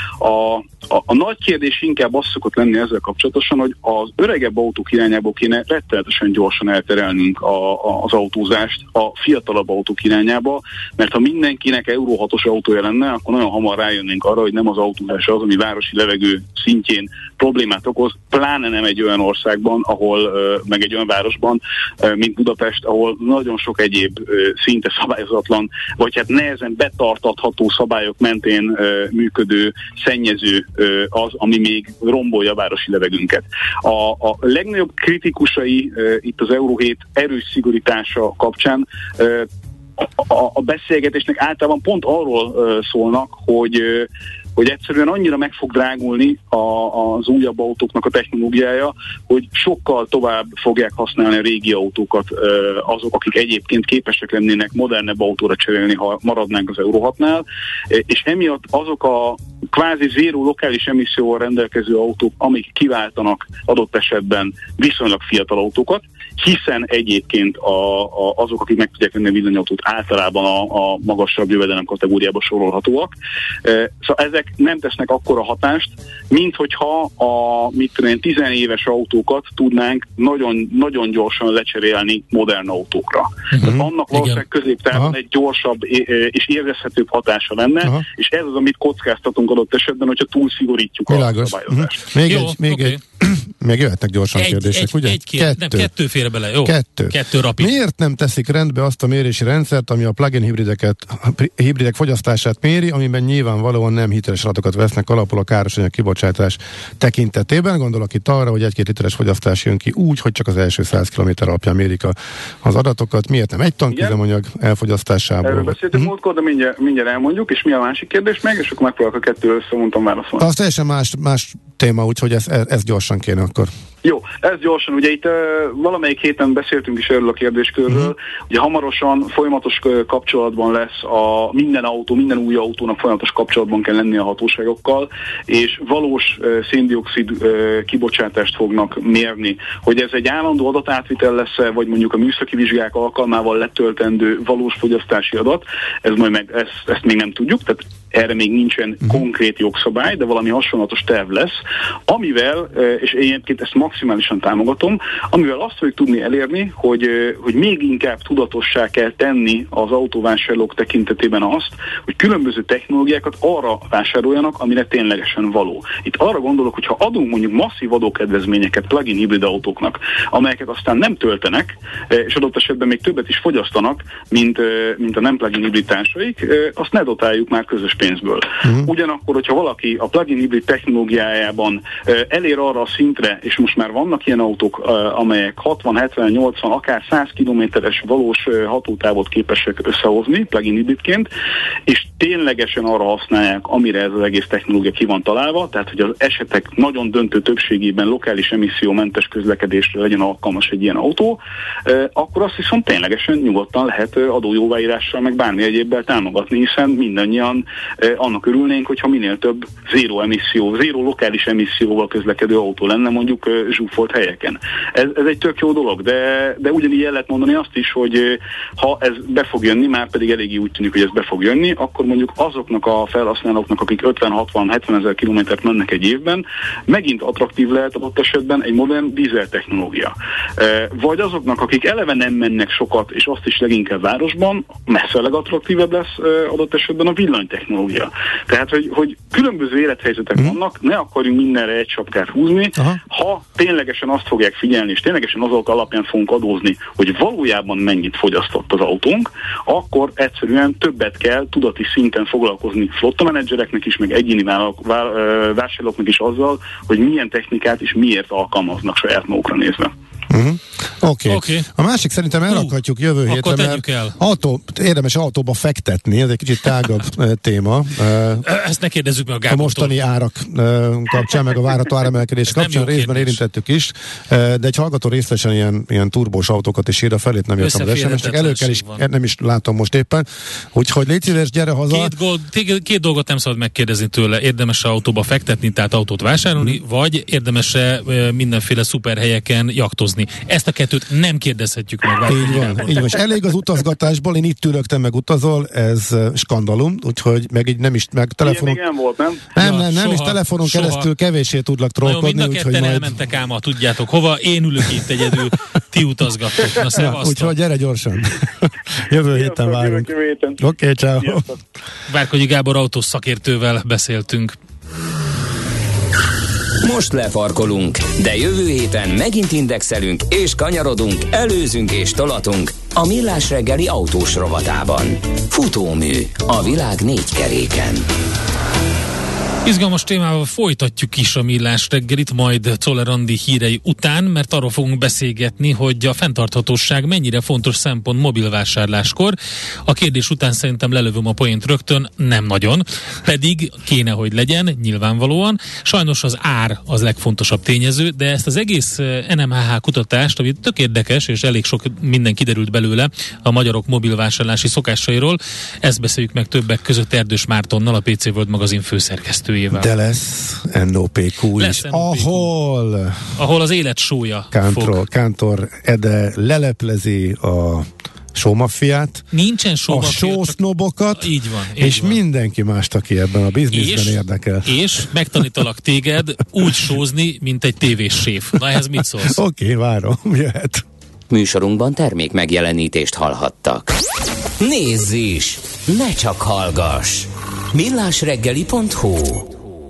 a nagy kérdés inkább az szokott lenni ezzel kapcsolatosan, hogy az öregebb autók irányából kéne rettenetesen gyorsan elterelnünk az autózást a fiatalabb autók irányába, mert ha mindenkinek Euro 6-os autója lenne, akkor nagyon hamar rájönnénk arra, hogy nem az autózás az, ami városi levegő szintjén problémát okoz, pláne nem egy olyan országban, meg egy olyan városban, mint Budapest, ahol nagyon sok egyéb szinte szabályozatlan, vagy hát nehezen betartatható szabályok mentén működő szennyező az, ami még rombolja a városi levegőnket. A legnagyobb kritikusai itt az Euro 7 erős szigorítása kapcsán a beszélgetésnek általában pont arról szólnak, hogy egyszerűen annyira meg fog drágulni az újabb autóknak a technológiája, hogy sokkal tovább fogják használni a régi autókat azok, akik egyébként képesek lennének modernebb autóra cserélni, ha maradnánk az Euro 6-nál, és emiatt azok a kvázi zéró lokális emisszióval rendelkező autók, amik kiváltanak adott esetben viszonylag fiatal autókat, hiszen egyébként azok, akik meg tudják venni a villanyautót, általában a magasabb jövedelem kategóriába sorolhatóak. Szóval ezek nem tesznek akkora hatást, mint hogyha a 10 éves autókat tudnánk nagyon, nagyon gyorsan lecserélni modern autókra. Tehát annak valószínűleg középtávon egy gyorsabb és érezhetőbb hatása lenne, és ez az, amit kockáztatunk adott esetben, hogyha túl szigorítjuk a szabályozást. Még jöhetnek gyorsan kérdések, ugye? Kettő fér bele, jó? Kettő rapid. Miért nem teszik rendbe azt a mérési rendszert, ami a plug-in hibridek fogyasztását méri, amiben nyilvánvalóan nem hiteles adatokat vesznek alapul a károsanyag kibocsátás tekintetében? Gondolok itt arra, hogy 1-2 literes fogyasztás jön ki úgy, hogy csak az első 100 km alapján mérik az adatokat. Miért nem egy tank-üzemanyag elfogyasztásából? Erről beszéltünk múltkor, de mindjárt elmondjuk, és mi a másik kérdés meg, és akkor megpróbálok a kettőről összemondtam válaszolni. Az teljesen más téma, úgyhogy ez gyorsan kéne akkor. Jó, ez gyorsan. Ugye itt valamelyik héten beszéltünk is erről a kérdéskörről. Ugye hamarosan folyamatos kapcsolatban lesz minden új autónak folyamatos kapcsolatban kell lennie a hatóságokkal, és valós széndioxid kibocsátást fognak mérni. Hogy ez egy állandó adatátvitel lesz, vagy mondjuk a műszaki vizsgák alkalmával letöltendő valós fogyasztási adat, ezt még nem tudjuk, tehát erre még nincsen konkrét jogszabály, de valami hasonlatos terv lesz, amivel, és én egyébként ezt maximálisan támogatom, amivel azt fogjuk tudni elérni, hogy még inkább tudatossá kell tenni az autóvásárlók tekintetében azt, hogy különböző technológiákat arra vásároljanak, amire ténylegesen való. Itt arra gondolok, hogy ha adunk mondjuk masszív adókedvezményeket plug-in hibrid autóknak, amelyeket aztán nem töltenek, és adott esetben még többet is fogyasztanak, mint a nem plug-in hibrid társaik, azt ne dotáljuk már közös pénzből. Ugyanakkor, hogyha valaki a plug-in hibrid technológiájában elér arra a szintre, és most már vannak ilyen autók, amelyek 60, 70, 80, akár 100 kilométeres valós hatótávot képesek összehozni plug-in hibridként, és ténylegesen arra használják, amire ez az egész technológia ki van találva, tehát hogy az esetek nagyon döntő többségében lokális emissziómentes közlekedésre legyen alkalmas egy ilyen autó, akkor azt viszont ténylegesen nyugodtan lehet adójóváírással meg bármi egyébbel támogatni, hiszen mindannyian annak örülnénk, hogyha minél több zéró lokális emisszióval közlekedő autó lenne mondjuk zsúfolt helyeken. Ez egy tök jó dolog, de ugyanígy el lehet mondani azt is, hogy ha ez be fog jönni, már pedig eléggé úgy tűnik, hogy ez be fog jönni, akkor mondjuk azoknak a felhasználóknak, akik 50-60-70 ezer kilométert mennek egy évben, megint attraktív lehet adott esetben egy modern dízel technológia. Vagy azoknak, akik eleve nem mennek sokat, és azt is leginkább városban, messze legattraktívabb lesz adott esetben a villanytechnológia. Tehát, hogy különböző élethelyzetek vannak, ne akarjunk mindenre egy sapkát húzni. Ha ténylegesen azt fogják figyelni, és ténylegesen azok alapján fogunk adózni, hogy valójában mennyit fogyasztott az autónk, akkor egyszerűen többet kell tudati szinten foglalkozni flottamenedzsereknek is, meg egyéni vásárlóknak is azzal, hogy milyen technikát és miért alkalmaznak saját magukra nézve. Oké. A másik szerintem elrakhatjuk jövő hétre, mert érdemes autóba fektetni, ez egy kicsit tágabb téma. Ezt ne kérdezzük meg a Gábortól. A mostani árak kapcsán, meg a várható áremelkedés kapcsán részben érintettük is, de egy hallgató részletesen ilyen turbós autókat is ír a felét, nem jöttem az SMS, csak elő kell is, nem is látom most éppen. Úgyhogy légy szíves, gyere haza. Két dolgot nem szabad megkérdezni tőle. Érdemes autóba fektetni, tehát autót vásárolni, vagy érdemes-e mindenféle szuperhelyeken jaktozni. Ezt a kettőt nem kérdezhetjük meg. Így van. És elég az utazgatásból, én itt ülök, te meg utazol, ez skandalum, úgyhogy meg így nem is, meg telefonon... Ilyen még nem volt, nem? Nem, és telefonon keresztül kevéssé tudlak trollkodni. Mind a ketten elmentek ám, tudjátok hova, én ülök itt egyedül, ti utazgattok. Na, szevasztok. Úgyhogy gyere gyorsan. Jövő héten várunk. Oké, ciao. Várkonyi Gábor autós szakértővel beszéltünk. Most lefarkolunk, de jövő héten megint indexelünk és kanyarodunk, előzünk és tolatunk a Millás reggeli autós rovatában. Futómű a világ 4 keréken. Izgalmas témával folytatjuk is a Millás reggelit, majd Czoller Andi hírei után, mert arról fogunk beszélgetni, hogy a fenntarthatóság mennyire fontos szempont mobilvásárláskor. A kérdés után szerintem lelövöm a poént rögtön, nem nagyon, pedig kéne, hogy legyen, nyilvánvalóan. Sajnos az ár az legfontosabb tényező, de ezt az egész NMHH kutatást, ami tök érdekes, és elég sok minden kiderült belőle a magyarok mobilvásárlási szokásairól, ezt beszéljük meg többek között Erdős Mártonnal, a PC World magazin főszerkesztő. De lesz NOPQ is. Ahol az élet sója Kántor Ede leleplezi a showmaffiát, nincsen a showsznobokat, így van, és mindenki mást, aki ebben a bizniszben érdekel. És megtanítalak téged úgy showzni, mint egy tévés séf. Na, ehhez mit szólsz? Oké, várom, jöhet. Műsorunkban termék megjelenítést hallhattak. Nézz is! Ne csak hallgass! millásreggeli.hu